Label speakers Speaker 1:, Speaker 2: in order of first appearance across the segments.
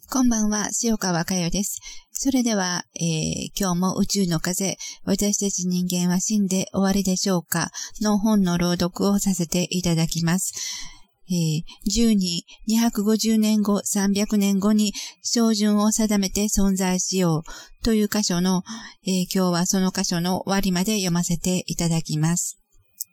Speaker 1: こんばんは、塩川佳代です。それでは、今日も宇宙の風、私たち人間は死んで終わりでしょうかの本の朗読をさせていただきます。12、250年後、300年後に照準を定めて存在しようという箇所の、今日はその箇所の終わりまで読ませていただきます。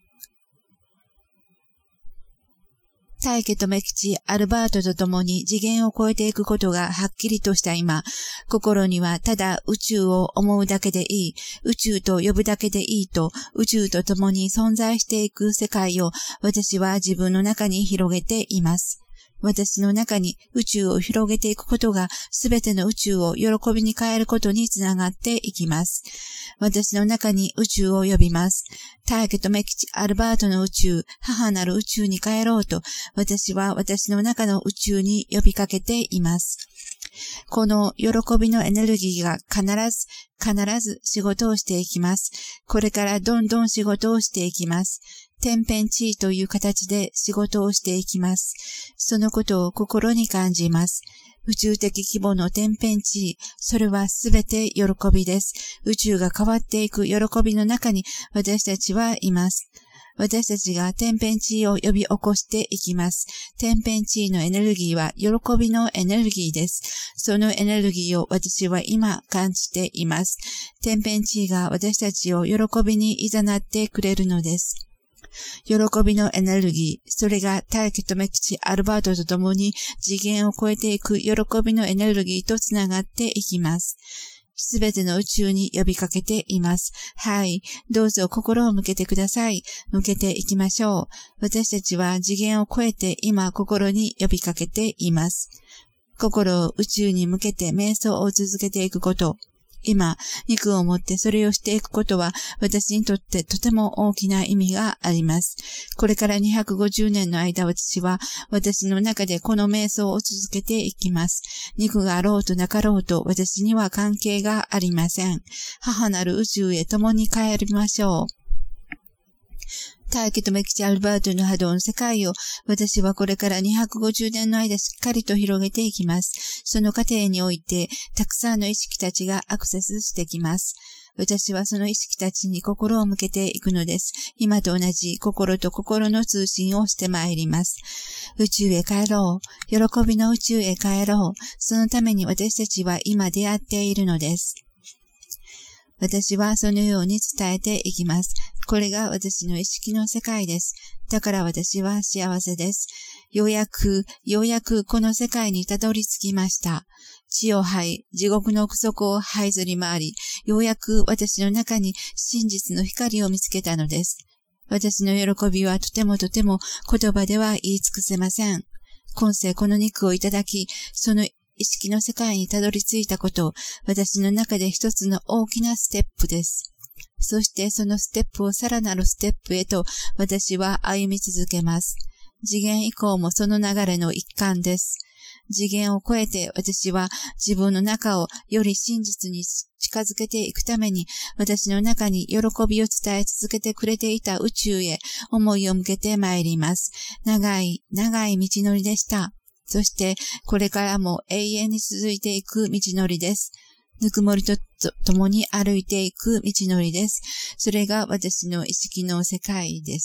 Speaker 1: 大家と目吉、アルバートと共に次元を超えていくことがはっきりとした今、心にはただ宇宙を思うだけでいい、宇宙と呼ぶだけでいいと、宇宙と共に存在していく世界を私は自分の中に広げています。私の中に宇宙を広げていくことがすべての宇宙を喜びに変えることにつながっていきます。私の中に宇宙を呼びます。大家と目吉アルバートの宇宙、母なる宇宙に帰ろうと、私は私の中の宇宙に呼びかけています。この喜びのエネルギーが必ず仕事をしていきます。これからどんどん仕事をしていきます。天変地異という形で仕事をしていきます。そのことを心に感じます。宇宙的規模の天変地異、それはすべて喜びです。宇宙が変わっていく喜びの中に私たちはいます。私たちが天変地異を呼び起こしていきます。天変地異のエネルギーは喜びのエネルギーです。そのエネルギーを私は今感じています。天変地異が私たちを喜びに誘ってくれるのです。喜びのエネルギー、それが大家と目吉アルバートと共に次元を超えていく喜びのエネルギーとつながっていきます。すべての宇宙に呼びかけています。はい。どうぞ心を向けてください。向けていきましょう。私たちは次元を超えて今心に呼びかけています。心を宇宙に向けて瞑想を続けていくこと。今、肉を持ってそれをしていくことは私にとってとても大きな意味があります。これから250年の間私は私の中でこの瞑想を続けていきます。肉があろうとなかろうと私には関係がありません。母なる宇宙へ共に帰りましょう。大家と目吉アルバートの波動の世界を私はこれから250年の間しっかりと広げていきます。その過程においてたくさんの意識たちがアクセスしてきます。私はその意識たちに心を向けていくのです。今と同じ心と心の通信をしてまいります。宇宙へ帰ろう。喜びの宇宙へ帰ろう。そのために私たちは今出会っているのです。私はそのように伝えていきます。これが私の意識の世界です。だから私は幸せです。ようやくこの世界にたどり着きました。地を這い、地獄の奥底を這いずり回り、ようやく私の中に真実の光を見つけたのです。私の喜びはとても言葉では言い尽くせません。今世この肉をいただき、その意識の世界にたどり着いたこと、私の中で一つの大きなステップです。そしてそのステップをさらなるステップへと私は歩み続けます。次元以降もその流れの一環です。次元を超えて私は自分の中をより真実に近づけていくために私の中に喜びを伝え続けてくれていた宇宙へ思いを向けてまいります。長い道のりでした。そしてこれからも永遠に続いていく道のりです。ぬくもりと共に歩いていく道のりです。それが私の意識の世界です。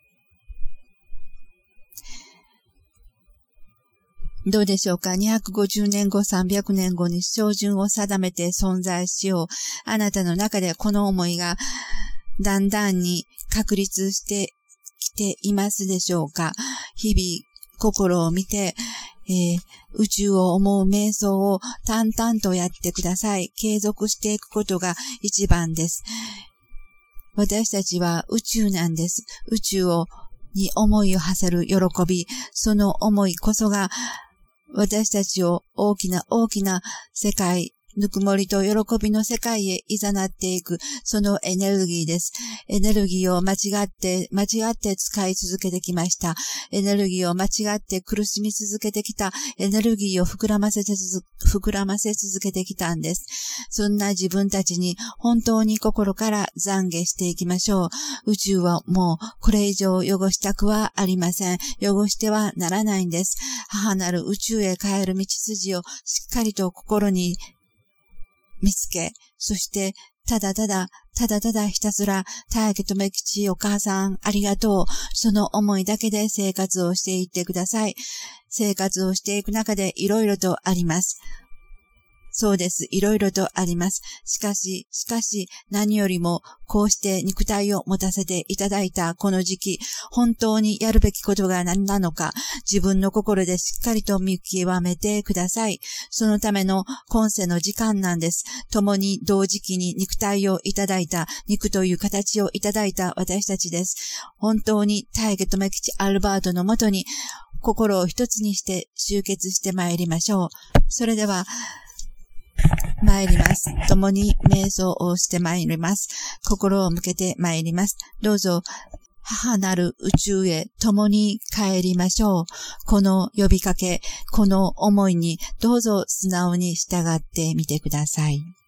Speaker 1: どうでしょうか。250年後、300年後に照準を定めて存在しよう。あなたの中でこの思いがだんだんに確立してきていますでしょうか。日々心を見て、宇宙を思う瞑想を淡々とやってください。継続していくことが一番です。私たちは宇宙なんです。宇宙に思いを馳せる喜び、その思いこそが私たちを大きな世界ぬくもりと喜びの世界へ誘っていく、そのエネルギーです。エネルギーを間違って使い続けてきました。エネルギーを間違って苦しみ続けてきた。エネルギーを膨らませ続けてきたんです。そんな自分たちに本当に心から懺悔していきましょう。宇宙はもうこれ以上汚したくはありません。汚してはならないんです。母なる宇宙へ帰る道筋をしっかりと心に見つけ、そしてただただひたすら、大家とめきちお母さんありがとう。その思いだけで生活をしていってください。生活をしていく中でいろいろとあります。そうです。いろいろとあります。しかし、何よりも、こうして肉体を持たせていただいたこの時期、本当にやるべきことが何なのか、自分の心でしっかりと見極めてください。そのための今世の時間なんです。共に同時期に肉体をいただいた、肉という形をいただいた私たちです。本当に大家とめきちアルバートのもとに、心を一つにして集結して参りましょう。それでは、参ります。共に瞑想をして参ります。心を向けて参ります。どうぞ、母なる宇宙へ共に帰りましょう。この呼びかけ、この思いにどうぞ素直に従ってみてください。